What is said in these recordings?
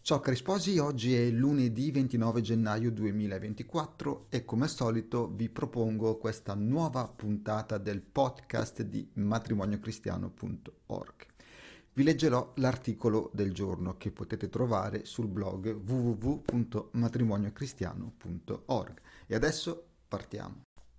Ciao cari sposi, oggi è lunedì 29 gennaio 2024 e come al solito vi propongo questa nuova puntata del podcast di matrimoniocristiano.org. Vi leggerò l'articolo del giorno che potete trovare sul blog www.matrimoniocristiano.org e adesso partiamo.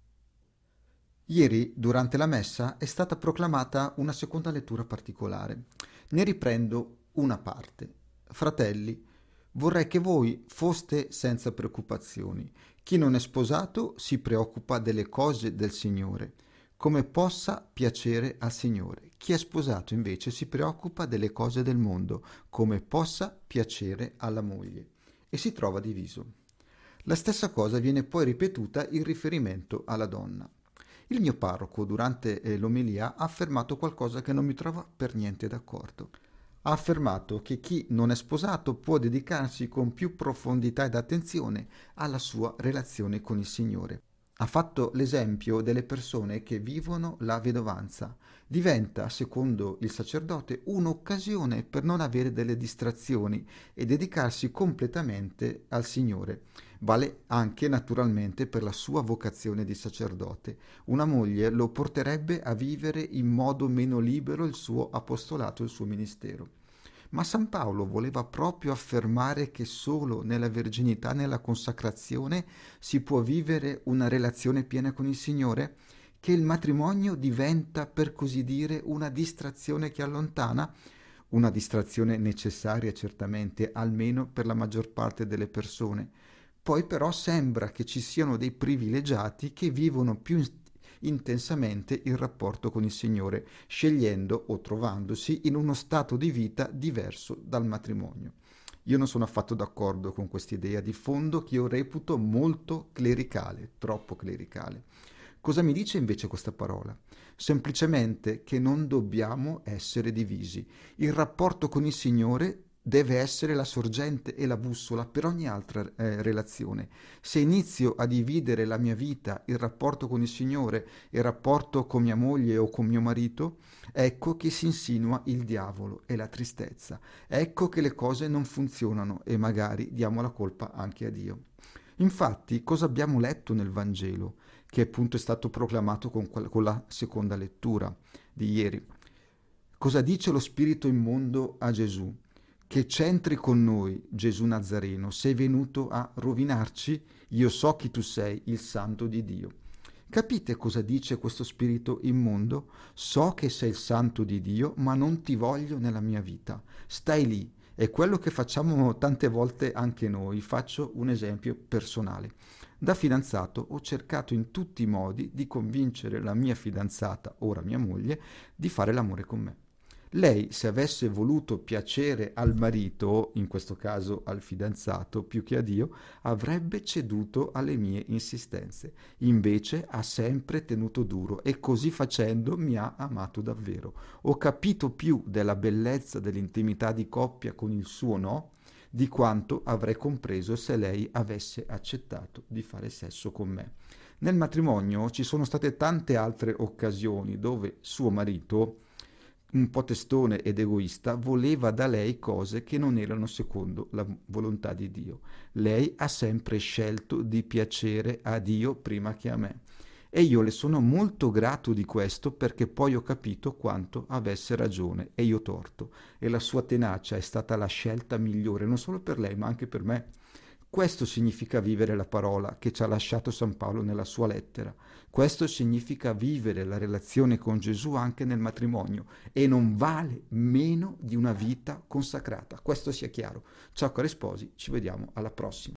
Ieri, durante la messa, è stata proclamata una seconda lettura particolare. Ne riprendo una parte. Fratelli, vorrei che voi foste senza preoccupazioni. Chi non è sposato si preoccupa delle cose del Signore, come possa piacere al Signore. Chi è sposato invece si preoccupa delle cose del mondo, come possa piacere alla moglie. E si trova diviso. La stessa cosa viene poi ripetuta in riferimento alla donna. Il mio parroco, durante l'omelia, ha affermato qualcosa che non mi trova per niente d'accordo. Ha affermato che chi non è sposato può dedicarsi con più profondità ed attenzione alla sua relazione con il Signore. Ha fatto l'esempio delle persone che vivono la vedovanza. Diventa, secondo il sacerdote, un'occasione per non avere delle distrazioni e dedicarsi completamente al Signore. Vale anche naturalmente per la sua vocazione di sacerdote. Una moglie lo porterebbe a vivere in modo meno libero il suo apostolato e il suo ministero. Ma San Paolo voleva proprio affermare che solo nella verginità, nella consacrazione, si può vivere una relazione piena con il Signore, che il matrimonio diventa, per così dire, una distrazione che allontana, una distrazione necessaria certamente, almeno per la maggior parte delle persone. Poi però sembra che ci siano dei privilegiati che vivono più intensamente il rapporto con il Signore, scegliendo o trovandosi in uno stato di vita diverso dal matrimonio. Io non sono affatto d'accordo con questa idea di fondo che io reputo molto clericale, troppo clericale. Cosa mi dice invece questa parola? Semplicemente che non dobbiamo essere divisi. Il rapporto con il Signore deve essere la sorgente e la bussola per ogni altra relazione. Se inizio a dividere la mia vita, il rapporto con il Signore, il rapporto con mia moglie o con mio marito, ecco che si insinua il diavolo e la tristezza. Ecco che le cose non funzionano e magari diamo la colpa anche a Dio. Infatti, cosa abbiamo letto nel Vangelo, che appunto è stato proclamato con la seconda lettura di ieri? Cosa dice lo Spirito immondo a Gesù? Che c'entri con noi, Gesù Nazareno, sei venuto a rovinarci? Io so chi tu sei, il Santo di Dio. Capite cosa dice questo spirito immondo? So che sei il Santo di Dio, ma non ti voglio nella mia vita. Stai lì. È quello che facciamo tante volte anche noi. Faccio un esempio personale. Da fidanzato ho cercato in tutti i modi di convincere la mia fidanzata, ora mia moglie, di fare l'amore con me. Lei, se avesse voluto piacere al marito, in questo caso al fidanzato, più che a Dio, avrebbe ceduto alle mie insistenze. Invece ha sempre tenuto duro e così facendo mi ha amato davvero. Ho capito più della bellezza dell'intimità di coppia con il suo no di quanto avrei compreso se lei avesse accettato di fare sesso con me. Nel matrimonio ci sono state tante altre occasioni dove suo marito, un po' testone ed egoista, voleva da lei cose che non erano secondo la volontà di Dio. Lei ha sempre scelto di piacere a Dio prima che a me. E io le sono molto grato di questo perché poi ho capito quanto avesse ragione e io torto. E la sua tenacia è stata la scelta migliore, non solo per lei ma anche per me. Questo significa vivere la parola che ci ha lasciato San Paolo nella sua lettera. Questo significa vivere la relazione con Gesù anche nel matrimonio e non vale meno di una vita consacrata. Questo sia chiaro. Ciao cari sposi, ci vediamo alla prossima.